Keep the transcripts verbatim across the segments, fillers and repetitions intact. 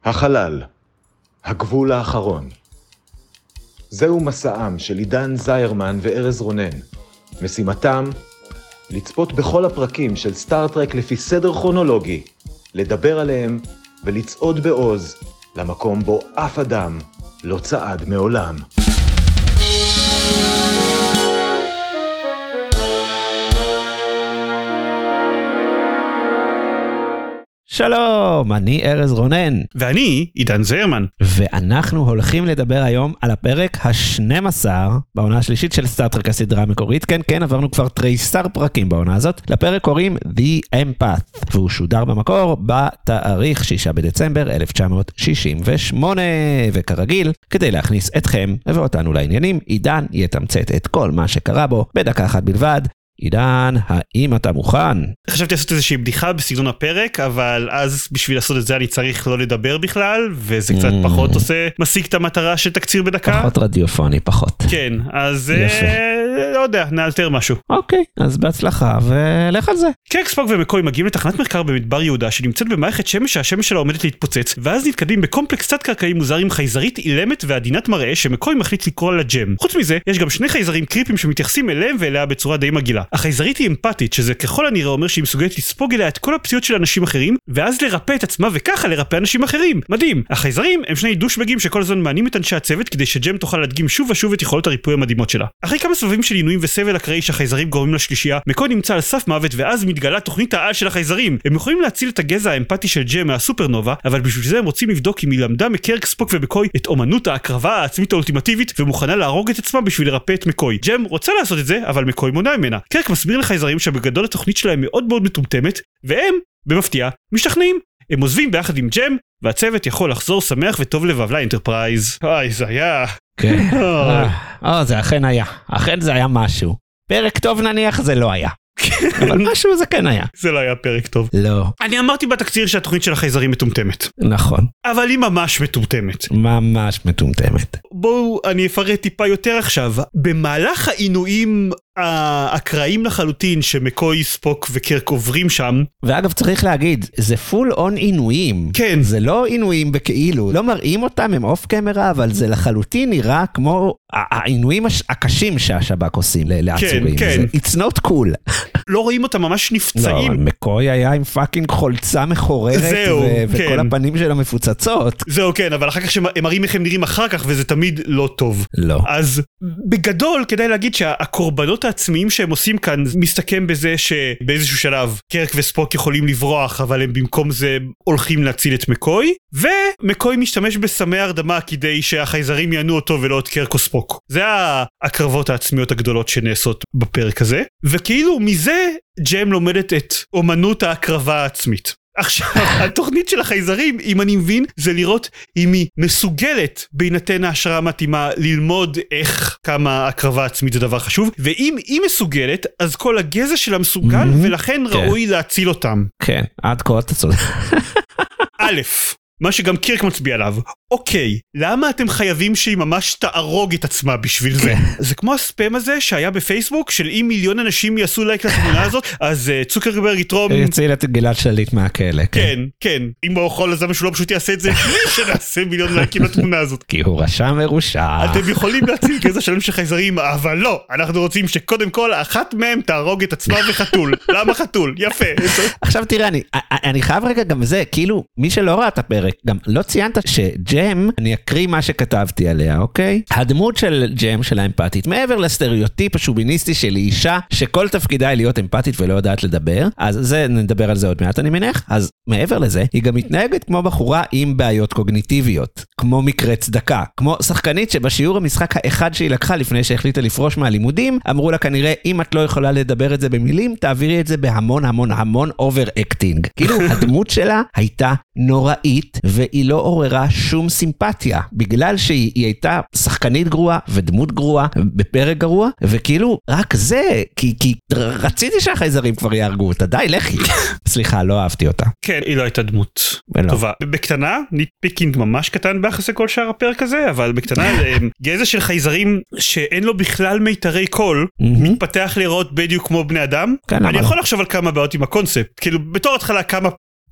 החלל, הגבול האחרון. זהו מסעם של עידן זיירמן וארז רונן. משימתם, לצפות בכל הפרקים של סטארטרק לפי סדר כרונולוגי, לדבר עליהם ולצעוד בעוז למקום בו אף אדם לא צעד מעולם. שלום, אני ארז רונן. ואני עידן זיירמן. ואנחנו הולכים לדבר היום על הפרק ה-שנים עשר בעונה השלישית של סטארטרק הסדרה המקורית. כן, כן, עברנו כבר תריסר פרקים בעונה הזאת. לפרק קוראים The Empath, והוא שודר במקור בתאריך שישה בדצמבר אלף תשע מאות שישים ושמונה. וכרגיל, כדי להכניס אתכם ואותנו לעניינים, עידן יתמצת את כל מה שקרה בו בדקה אחת בלבד. עידן, האם אתה מוכן? חשבתי לעשות איזושהי בדיחה בסגנון הפרק, אבל אז בשביל לעשות את זה אני צריך לא לדבר בכלל, וזה קצת mm. פחות עושה, משיג את המטרה של תקציר בדקה. פחות רדיופוני, פחות. כן, אז אה, לא יודע, נאלתר משהו. אוקיי, אז בהצלחה, ולך על זה. קרק, ספוק ומקוי מגיעים לתחנת מחקר במדבר יהודה, שנמצאת במערכת שמש שהשמש שלה עומדת להתפוצץ, ואז נתקדים בקומפלקס קצת קרקעי מוזר עם חייזרית אילמת ועדינת מראה שמקוי מחליט לקרוא לה ג'ם. חוץ מזה, יש גם שני חייזרים קריפים שמתייחסים אליהם ואליה בצורה די מגעילה. החייזרית היא אמפתית, שזה ככל הנראה אומר שהיא מסוגלת לספוג אליה את כל הפציעות של אנשים אחרים, ואז לרפא את עצמה וככה לרפא אנשים אחרים. מדהים. החייזרים הם שני דושבגים שכל הזמן מענים את אנשי הצוות כדי שג'ם תוכל להדגים שוב ושוב את יכולות הריפוי המדהימות שלה. אחרי כמה סבבים של עינויים וסבל אקראי שהחייזרים גורמים לשלישייה, מקוי נמצא על סף מוות ואז מתגלה תוכנית העל של החייזרים. הם יכולים להציל את הגזע האמפתי של ג'ם מהסופרנובה, אבל בשביל זה הם רוצים לבדוק אם היא למדה מקרק, ספוק ומקוי את אומנות ההקרבה העצמית האולטימטיבית ומוכנה להרוג את עצמה בשביל לרפא את מקוי. ג'ם רוצה לעשות את זה, אבל מקוי מונע ממנה. קרק מסביר לחייזרים שבגדול התוכנית שלהם מאוד מאוד מטומטמת, והם, במפתיע, משתכנעים. הם עוזבים ביחד עם ג'ם, והצוות יכול לחזור שמח וטוב לבב לאנטרפרייז. אוי, זה היה... כן. אה, זה אכן היה. אכן זה היה משהו. פרק טוב נניח זה לא היה. אבל משהו זה כן היה. זה לא היה פרק טוב. לא. אני אמרתי בתקציר שהתוכנית של החייזרים מטומטמת. נכון. אבל היא ממש מטומטמת. ממש מטומטמת. בואו אני אפרט טיפה יותר עכשיו. במהלך העינויים האקראיים לחלוטין שמקוי, ספוק וקרק עוברים שם. ואגב צריך להגיד, זה פול און עינויים. כן. זה לא עינויים בכאילו. לא מראים אותם, הם אוף קמרה, אבל זה לחלוטין נראה כמו העינויים הקשים שהשב"כ עושים לעצורים. כן, כן. It's not cool. לא רואים אותם ממש נפצעים. לא, אבל מקוי היה עם פאקינג חולצה מחוררת. זהו, ו- כן. וכל הפנים שלו מפוצצות. זהו, כן, אבל אחר כך שהם מראים איך הם נראים אחר כך, וזה תמיד לא טוב. לא. אז בגדול, כדאי להגיד שהקורבנות העצמיים שהם עושים כאן, מסתכם בזה שבאיזשהו שלב, קרק וספוק יכולים לברוח, אבל הם במקום זה הולכים להציל את מקוי, ומקוי משתמש בסמי הרדמה כדי שהחייזרים יענו אותו ולא את קרק או ספוק. זה הקרבות העצמיות הגדולות שנעשות בפרק הזה, וכאילו מזה ג'ם לומדת את אומנות ההקרבה העצמית. עכשיו, התוכנית של החייזרים, אם אני מבין, זה לראות אם היא מסוגלת בהינתן ההשראה המתאימה ללמוד איך כמה הקרבה עצמית זה דבר חשוב, ואם היא מסוגלת, אז כל הגזע שלה מסוגל, mm-hmm. ולכן כן. ראוי להציל אותם. כן, עד כה אתה צודק. א', מה שגם קירק מצביע עליו, אוקיי, למה אתם חייבים שהיא ממש תהרוג את עצמה בשביל זה? זה כמו הספאם הזה שהיה בפייסבוק, של אם מיליון אנשים יעשו לייק לתמונה הזאת, אז צוקרברג יתרום... יציל את גלעד שליט מהכלא. כן, כן. אם הוא יכול, אז למה שהוא לא פשוט יעשה את זה, בלי שנעשה מיליון לייקים לתמונה הזאת. כי הוא רשע מרושע. אתם יכולים להציל גזע שלם של חייזרים, אבל לא. אנחנו רוצים שקודם כל, אחת מהם תהרוג את עצמה וחתול. למה חתול? יפה. עכשיו תראה, אני חייב רגע גם זה, כאילו, מי שלא ראה את הפרק, גם לא ציינת שג'ם, אני אקריא מה שכתבתי עליה, אוקיי? הדמות של ג'ם, של האמפתית, מעבר לסטריאוטיפ השוביניסטי של אישה, שכל תפקידה היא להיות אמפתית ולא יודעת לדבר, אז זה, נדבר על זה עוד מעט אני מניח, אז מעבר לזה, היא גם מתנהגת כמו בחורה עם בעיות קוגניטיביות, כמו מקרה צדקה, כמו שחקנית שבשיעור המשחק האחד שהיא לקחה לפני שהחליטה לפרוש מהלימודים, אמרו לה כנראה, אם את לא יכולה לדבר את זה במילים, תעבירי את זה בהמון המון המון אובר אקטינג. כאילו, הדמות שלה הייתה נוראית, והיא לא עוררה שום סימפתיה, בגלל שהיא הייתה שחקנית גרועה ודמות גרועה בפרק גרוע, וכאילו רק זה, כי, כי רציתי שהחייזרים כבר יארגו אותה, די, לכי. סליחה, לא אהבתי אותה. כן, היא לא הייתה דמות ולא. טובה. בקטנה, ניטפיקינג ממש קטן ביחס לכל שאר הפרק הזה, אבל בקטנה, גזע של חייזרים שאין לו בכלל מיתרי קול, מתפתח לראות בדיוק כמו בני אדם. כן, אני אבל... יכול לחשוב על כמה בעיות עם הקונספט, כאילו בתור התחלה כמה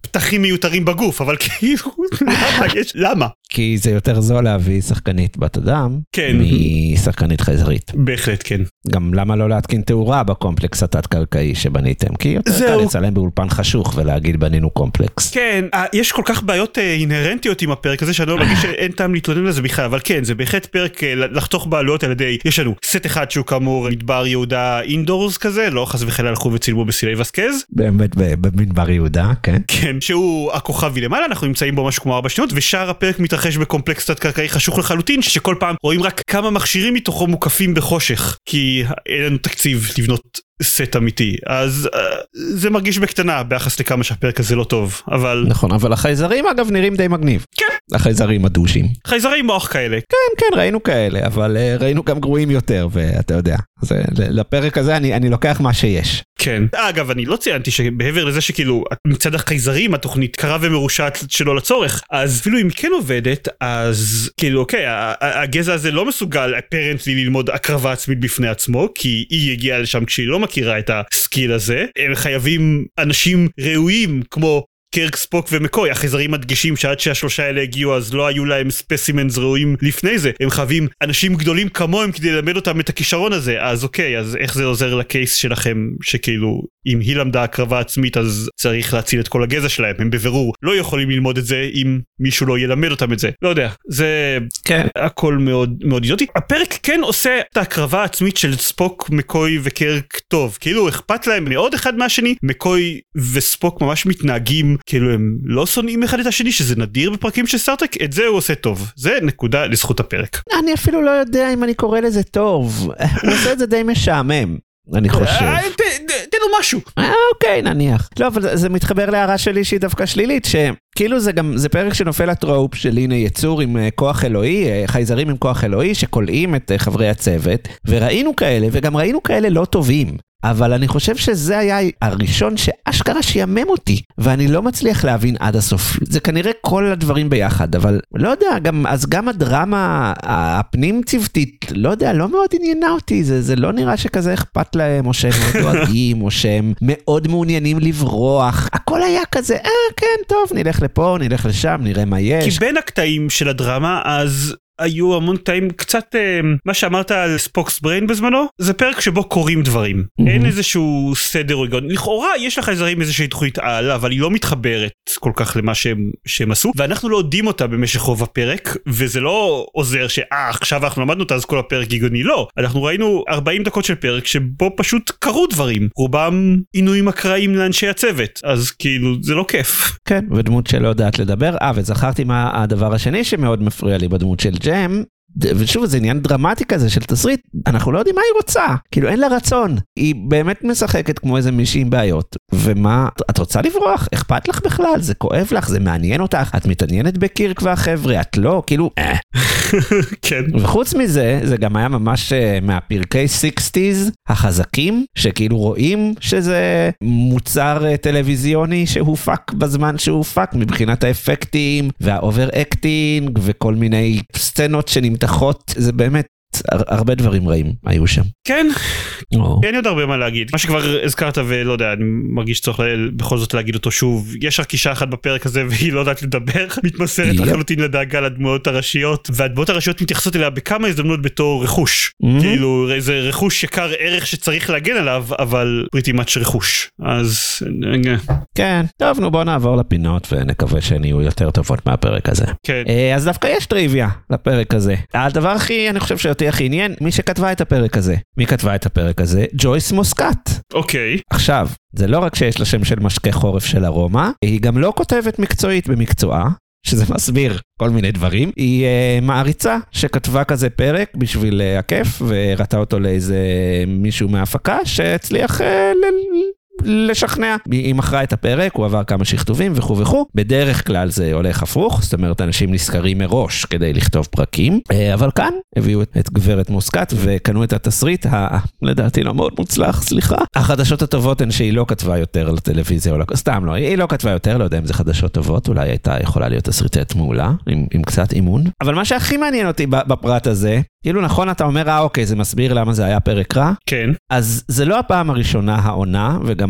פתחים מיותרים בגוף, אבל כאילו, למה? יש, למה? כי זה יותר זול להביא שחקנית בת אדם, כן. משחקנית חייזרית. בהחלט, כן. גם למה לא להתקין תאורה בקומפלקס התת-קרקעי שבניתם? כי יותר קל לצלם באולפן חשוך ולהגיד בנינו קומפלקס. כן, יש כל כך בעיות אינהרנטיות עם הפרק הזה, שאני לא מרגיש שאין טעם להתלונן לזה בכלל, אבל כן, זה בהחלט פרק לחתוך בעלויות על ידי, יש לנו סט אחד שהוא כאמור מדבר יהודה אינדורס כזה, לא חס וחלילה הלכו וצילמו בסילי וסקז. באמת במדבר יהודה, כן. כן, שהוא הכוכב מלמעלה, אנחנו נמצאים בו משהו כמו ארבע שניות, ושאר הפרק מתרחש בקומפלקס תת-קרקעי חשוך לחלוטין, שכל פעם רואים רק כמה מכשירים מתוכו מוקפים בחושך, כי אין לנו תקציב לבנות סט אמיתי, אז uh, זה מרגיש בקטנה ביחס לכמה שהפרק הזה לא טוב, אבל... נכון, אבל החייזרים אגב נראים די מגניב. כן. החייזרים הדושים. חייזרי מוח כאלה. כן, כן, ראינו כאלה, אבל uh, ראינו גם גרועים יותר, ואתה יודע, זה, לפרק הזה אני, אני לוקח מה שיש. כן. אגב, אני לא ציינתי שבעבר לזה שכאילו, מצד החייזרים התוכנית קרה ומרושעת שלא לצורך, אז אפילו אם היא כן עובדת, אז כאילו, אוקיי, הגזע הזה לא מסוגל אפרנטלי ללמוד הקרבה עצמית בפני עצמו, כי היא הגיעה לשם כשהיא לא מכירה את הסקיל הזה. הם חייבים אנשים ראויים כמו קרק, ספוק ומקוי. החייזרים מדגישים שעד שהשלושה האלה הגיעו אז לא היו להם ספסימנס ראויים לפני זה. הם חייבים אנשים גדולים כמוהם כדי ללמד אותם את הכישרון הזה. אז אוקיי, אז איך זה עוזר לקייס שלכם שכאילו אם היא למדה הקרבה עצמית אז צריך להציל את כל הגזע שלהם. הם בבירור לא יכולים ללמוד את זה אם מישהו לא ילמד אותם את זה. לא יודע, זה כן. הכל מאוד מאוד אידיוטי. הפרק כן עושה את ההקרבה העצמית של ספוק, מקוי וקרק טוב. כאילו אכפת להם מאוד אחד מהשני. מקוי וספוק ממש מתנהגים כאילו הם לא שונאים אחד את השני, שזה נדיר בפרקים של סטארטרק. את זה הוא עושה טוב. זה נקודה לזכות הפרק. אני אפילו לא יודע אם אני קורא לזה טוב. הוא עושה את זה די משעמם. אני חושב. תן לו משהו. אוקיי, נניח. לא, אבל זה מתחבר להערה שלי שהיא דווקא שלילית, שכאילו זה גם, זה פרק שנופל הטרופ של הנה יצור עם כוח אלוהי, חייזרים עם כוח אלוהי, שקולעים את חברי הצוות, וראינו כאלה, וגם ראינו כאלה לא טובים. אבל אני חושב שזה היה הראשון שאשכרה שיאמם אותי, ואני לא מצליח להבין עד הסוף. זה כנראה כל הדברים ביחד, אבל לא יודע, גם, אז גם הדרמה הפנים צוותית, לא יודע, לא מאוד עניינה אותי, זה, זה לא נראה שכזה אכפת להם, או שהם מאוד דואגים, או שהם מאוד מעוניינים לברוח. הכל היה כזה, אה, כן, טוב, נלך לפה, נלך לשם, נראה מה יש. כי בין הקטעים של הדרמה, אז... היו המון טעים קצת מה שאמרת על ספוקס בריין בזמנו, זה פרק שבו קוראים דברים. Mm-hmm. אין איזשהו סדר או היגיון. לכאורה יש לחייזרים איזושהי תוכנית על, אבל היא לא מתחברת כל כך למה שהם, שהם עשו, ואנחנו לא יודעים אותה במשך רוב הפרק, וזה לא עוזר שאה, עכשיו אנחנו למדנו אותה אז כל הפרק היגיוני. לא, אנחנו ראינו ארבעים דקות של פרק שבו פשוט קרו דברים, רובם עינויים אקראיים לאנשי הצוות, אז כאילו זה לא כיף. כן, ודמות שלא יודעת לדבר. אה, וזכרתי מה הדבר השני שמאוד מפריע לי בדמות של ג'ם, ושוב זה עניין דרמטי כזה של תסריט, אנחנו לא יודעים מה היא רוצה, כאילו אין לה רצון, היא באמת משחקת כמו איזה מישהי עם בעיות, ומה, את רוצה לברוח? אכפת לך בכלל? זה כואב לך? זה מעניין אותך? את מתעניינת בקירק והחבר'ה? את לא? כאילו, אה. כן. וחוץ מזה, זה גם היה ממש מהפרקי סיקסטיז החזקים, שכאילו רואים שזה מוצר טלוויזיוני שהופק בזמן שהופק, מבחינת האפקטים והאובר אקטינג וכל מיני סצנות שנמתחות, זה באמת הרבה דברים רעים היו שם. כן, אין עוד הרבה מה להגיד. מה שכבר הזכרת ולא יודע, אני מרגיש צורך בכל זאת להגיד אותו שוב. יש רק אישה אחת בפרק הזה והיא לא יודעת לדבר, מתמסרת לחלוטין לדאגה לדמויות הראשיות, והדמויות הראשיות מתייחסות אליה בכמה הזדמנות בתור רכוש. כאילו זה רכוש יקר ערך שצריך להגן עליו, אבל פריטי מאץ' רכוש. אז כן, טוב, נו בוא נעבור לפינות ונקווה שהן יהיו יותר טובות מהפרק הזה. כן. אז דווקא יש טריוויה לפרק הזה. הדבר הכי, אני חושב שאותי הכי עניין, מי שכתבה את הפרק הזה. מי כתבה את הפרק הזה? ג'ויס מוסקאט. אוקיי. עכשיו, זה לא רק שיש לה שם של משקה חורף של ארומה, היא גם לא כותבת מקצועית במקצועה, שזה מסביר כל מיני דברים. היא uh, מעריצה שכתבה כזה פרק בשביל uh, הכיף, וראתה אותו לאיזה מישהו מההפקה שהצליח uh, ל... לשכנע. היא מכרה את הפרק, הוא עבר כמה שכתובים וכו' וכו'. בדרך כלל זה הולך הפוך, זאת אומרת אנשים נזכרים מראש כדי לכתוב פרקים, אבל כאן הביאו את גברת מוסקאט וקנו את התסריט, לדעתי לא מאוד מוצלח, סליחה. החדשות הטובות הן שהיא לא כתבה יותר לטלוויזיה, סתם לא, היא לא כתבה יותר, לא יודע אם זה חדשות טובות, אולי הייתה יכולה להיות תסריטית מעולה, עם, עם קצת אימון. אבל מה שהכי מעניין אותי בפרט הזה, כאילו נכון אתה אומר, אה אוקיי, זה מסביר למה זה היה פרק רע. כן. אז זה לא הפעם הראשונה העונה, וגם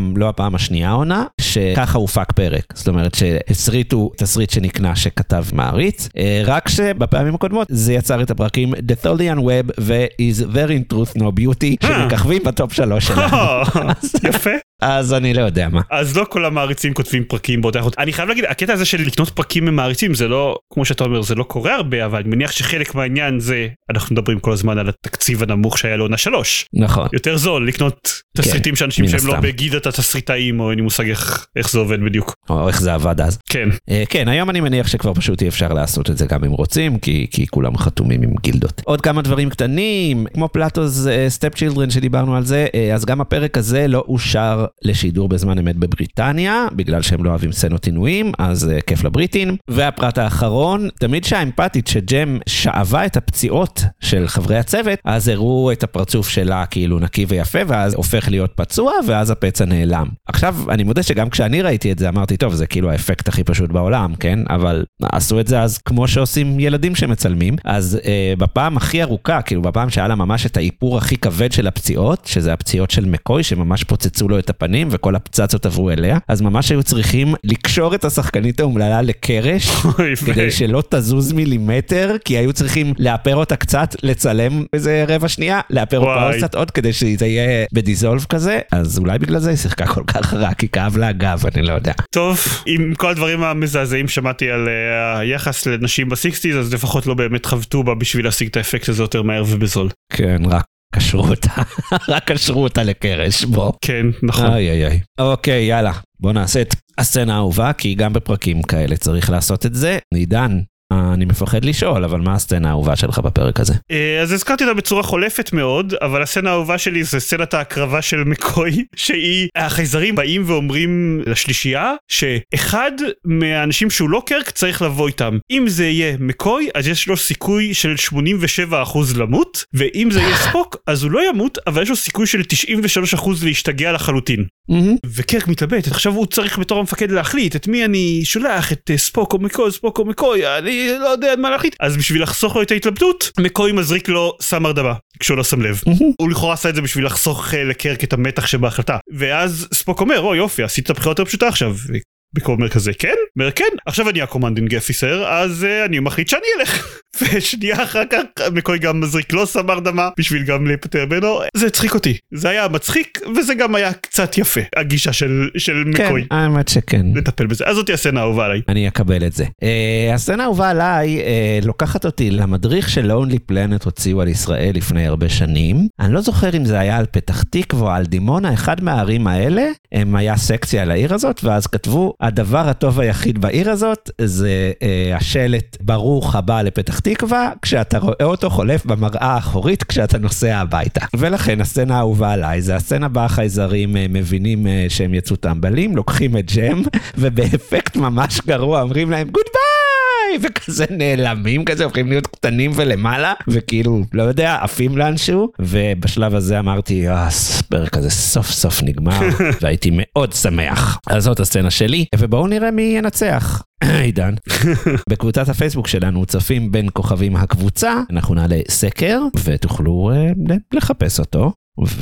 גם לא הפעם השנייה עונה, שככה הופק פרק. זאת אומרת שהסריט הוא תסריט שנקנה שכתב מעריץ, רק שבפעמים הקודמות זה יצר את הפרקים The Tholian Web ו-Is There in Truth No Beauty, שמככבים בטופ שלוש שלנו. יפה. אז אני לא יודע מה. אז לא כל המעריצים כותבים פרקים באותה איכות. אני חייב להגיד, הקטע הזה של לקנות פרקים ממעריצים, זה לא, כמו שאתה אומר, זה לא קורה הרבה, אבל אני מניח שחלק מהעניין זה, אנחנו מדברים כל הזמן על התקציב הנמוך שהיה לעונה שלוש. נכון. יותר זול לקנות תסריטים של אנשים שהם לא בגידת התסריטאים, או אין לי מושג איך זה עובד בדיוק. או איך זה עבד אז. כן. כן, היום אני מניח שכבר פשוט אי אפשר לעשות את זה גם אם רוצים, כי, כי כולם חתומים עם גילדות. עוד כמה דברים קטנים, כמו פלטוס סטפ צ'ילדרן שדיברנו על זה, אז גם הפרק הזה לא אושר לשידור בזמן אמת בבריטניה, בגלל שהם לא אוהבים סצנות עינויים, אז כיף לבריטים. והפרט האחרון, תמיד שהאמפתית שג'ם שאבה את הפציעות של חברי הצוות, אז הראו את הפרצוף שלה כאילו נקי ויפה, ואז הופך להיות פצוע, ואז הפצע נעלם. עכשיו, אני מודה שגם כשאני ראיתי את זה, אמרתי, טוב, זה כאילו האפקט הכי פשוט בעולם, כן? אבל עשו את זה אז כמו שעושים ילדים שמצלמים, אז אה, בפעם הכי ארוכה, כאילו בפעם שהיה לה ממש את האיפור הכי כבד של הפציעות, שזה הפציעות של מקוי, שממש פוצצו לו את הפנים, וכל הפצצות עברו אליה, אז ממש היו צריכים לקשור את השחקנית האומללה לקרש, כדי שלא תזוז מילימטר, כי היו צריכים לאפר אותה קצת, לצלם איזה רבע שנייה, לאפר אותה קצת עוד, כדי שזה יהיה בדיזולב כזה, אז אולי בגלל זה היא שיחקה כל כך רע, כי כאב לה הגב, אני לא יודע. טוב, עם כל הדברים המזעזעים שמעתי על היחס לנשים בסיקסטיז, אז לפחות לא באמת חבטו בה בשביל להשיג את האפקט הזה יותר מהר ובזול. כן, רק קשרו אותה, רק קשרו אותה לקרש, בוא. כן, נכון. איי איי איי. אוקיי, יאללה, בוא נעשה את הסצנה האהובה, כי גם בפרקים כאלה צריך לעשות את זה. עידן, אני מפחד לשאול, אבל מה הסצנה האהובה שלך בפרק הזה? אז הזכרתי אותה בצורה חולפת מאוד, אבל הסצנה האהובה שלי זה סצנת ההקרבה של מקוי, שהיא, החייזרים באים ואומרים לשלישייה, שאחד מהאנשים שהוא לא קרק צריך לבוא איתם. אם זה יהיה מקוי, אז יש לו סיכוי של שמונים ושבעה אחוז למות, ואם זה יהיה ספוק, אז הוא לא ימות, אבל יש לו סיכוי של תשעים ושלושה אחוז להשתגע לחלוטין. וקרק מתלבט, עכשיו הוא צריך בתור המפקד להחליט את מי אני שולח, את ספוק או מקוי, ספוק או מקוי, אני לא יודע מה להחליט. אז בשביל לחסוך לו את ההתלבטות, מקוי מזריק לו סם הרדמה, כשהוא לא שם לב. הוא לכאורה עשה את זה בשביל לחסוך לקרק את המתח שבהחלטה. ואז ספוק אומר, או יופי, עשית את הבחירה יותר פשוטה עכשיו. מקוי אומר כזה, כן? אומר כן, עכשיו אני הקומנדינג אפיסר, אז uh, אני מחליט שאני אלך. ושנייה אחר כך מקוי גם מזריק לו סם הרדמה, בשביל גם להיפטר ממנו. זה הצחיק אותי. זה היה מצחיק, וזה גם היה קצת יפה, הגישה של, של מקוי. כן, האמת שכן. לטפל בזה. אז זאת היא הסצנה האהובה עליי. אני אקבל את זה. Uh, הסצנה האהובה עליי uh, לוקחת אותי למדריך של Lonely Planet הוציאו על ישראל לפני הרבה שנים. אני לא זוכר אם זה היה על פתח תקווה או על דימונה, אחד מהערים האלה, הם היה סקציה על העיר הזאת, ואז כתבו, הדבר הטוב היחיד בעיר הזאת, זה uh, השלט ברוך הבא לפתח תקווה, כשאתה רואה אותו חולף במראה האחורית, כשאתה נוסע הביתה. ולכן הסצנה האהובה עליי, זה הסצנה בה החייזרים uh, מבינים uh, שהם יצאו טמבלים, לוקחים את ג'ם, ובאפקט ממש גרוע, אומרים להם, גוד ביי! וכזה נעלמים כזה, הופכים להיות קטנים ולמעלה, וכאילו, לא יודע, עפים לאנשהו, ובשלב הזה אמרתי, הפרק הזה סוף סוף נגמר, והייתי מאוד שמח. אז זאת הסצנה שלי, ובואו נראה מי ינצח. עידן. בקבוצת הפייסבוק שלנו צופים בין כוכבים הקבוצה, אנחנו נעלה סקר, ותוכלו uh, לחפש אותו,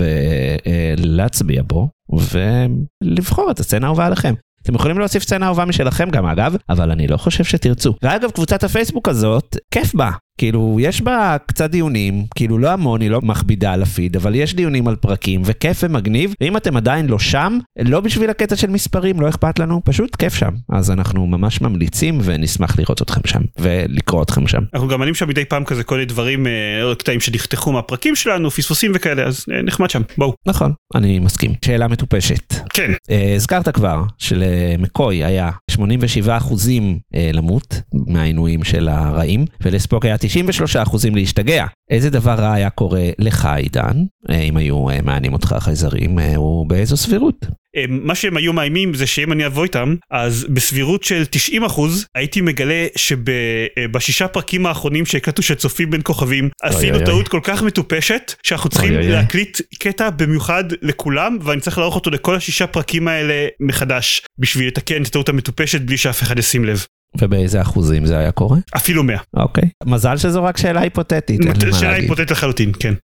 ולהצביע בו, ולבחור את הסצנה האהובה עליכם. אתם יכולים להוסיף סצנה אהובה משלכם גם אגב, אבל אני לא חושב שתרצו. ואגב, קבוצת הפייסבוק הזאת, כיף בה. כאילו, יש בה קצת דיונים, כאילו לא המון, היא לא מכבידה על הפיד, אבל יש דיונים על פרקים, וכיף ומגניב, ואם אתם עדיין לא שם, לא בשביל הקטע של מספרים, לא אכפת לנו, פשוט כיף שם. אז אנחנו ממש ממליצים, ונשמח לראות אתכם שם, ולקרוא אתכם שם. אנחנו גם מעלים שם מדי פעם כזה כל דברים, קטעים שנחתכו מהפרקים שלנו, פספוסים וכאלה, אז נחמד שם, בואו. נכון, אני מסכים. שאלה מטופשת. כן. הזכרת כבר, שלמקוי היה שמונים ושבעה אחוזים למות, מהעינויים של הרעים, ולספוק היה תשעים ושלושה אחוזים להשתגע. איזה דבר רע היה קורה לך, עידן, אם היו מענים אותך חייזרים, ובאיזו סבירות? מה שהם היו מאיימים זה שאם אני אבוא איתם, אז בסבירות של תשעים אחוז, הייתי מגלה שבשישה פרקים האחרונים שהקלטו שצופים בין כוכבים, עשינו טעות כל כך מטופשת, שאנחנו צריכים להקליט קטע במיוחד לכולם, ואני צריך לערוך אותו לכל השישה פרקים האלה מחדש, בשביל לתקן את הטעות המטופשת בלי שאף אחד ישים לב. ובאיזה אחוזים זה היה קורה? אפילו מאה. אוקיי. מזל שזו רק שאלה היפותטית. שאלה היפותטית לחלוטין, כן.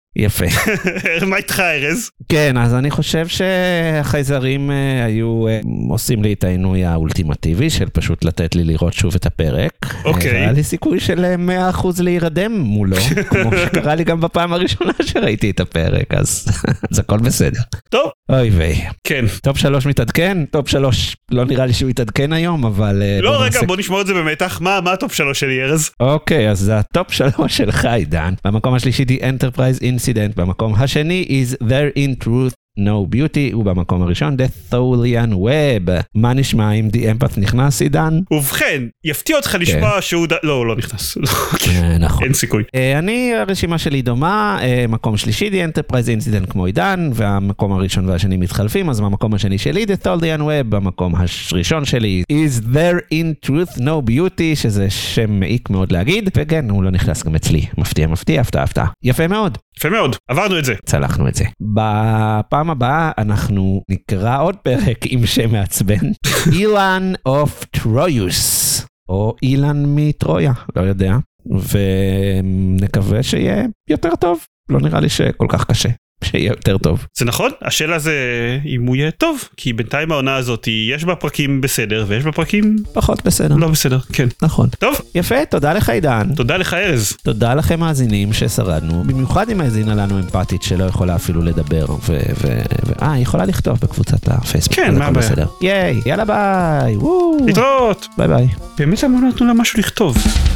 יפה. מה איתך ארז? כן, אז אני חושב שהחייזרים היו עושים לי את העינוי האולטימטיבי של פשוט לתת לי לראות שוב את הפרק. אוקיי. היה לי סיכוי של מאה אחוז להירדם מולו, כמו שקרה לי גם בפעם הראשונה שראיתי את הפרק, אז זה הכל בסדר. טוב. אוי ויי. כן. טופ שלוש מתעדכן, טופ שלוש לא נראה לי שהוא יתעדכן היום, אבל... לא, רגע, בוא נשמע את זה במתח. מה הטופ שלוש שלי ארז? אוקיי, אז זה הטופ שלוש שלך עידן. במקום השלישי The Enterprise Incident, במקום השני is There in Truth No Beauty, ובמקום הראשון The Tholian Web. מה נשמע אם The Empath נכנס עידן? ובכן, יפתיע אותך לשמוע שהוא... לא, הוא לא נכנס. נכון. אין סיכוי. אני, הרשימה שלי דומה, מקום שלישי The Enterprise Incident כמו עידן, והמקום הראשון והשני מתחלפים, אז במקום השני שלי The Tholian Web, במקום הראשון שלי is There in Truth No Beauty, שזה שם מעיק מאוד להגיד, וכן, הוא לא נכנס גם אצלי. מפתיע, מפתיע, הפתעה, הפתעה. יפה מאוד. יפה מאוד, עברנו את זה. צלחנו את זה. בפעם הבאה אנחנו נקרא עוד פרק עם שם מעצבן. אילן אוף טרויוס, או אילן מטרויה, לא יודע. ונקווה שיהיה יותר טוב. לא נראה לי שכל כך קשה. שיהיה יותר טוב. זה נכון, השאלה זה אם הוא יהיה טוב, כי בינתיים העונה הזאת יש בה פרקים בסדר, ויש בה פרקים פחות בסדר. לא בסדר, כן. נכון. טוב. יפה, תודה לך עידן. תודה לך ארז. תודה לכם מאזינים ששרדנו, במיוחד אם האזינה לנו אמפתית שלא יכולה אפילו לדבר, ו... ו... ו... אה, היא יכולה לכתוב בקבוצת הפייסבוק. כן, מה הבעיה? ייי, יאללה ביי. להתראות. ביי ביי. באמת למה לא נתנו לה משהו לכתוב?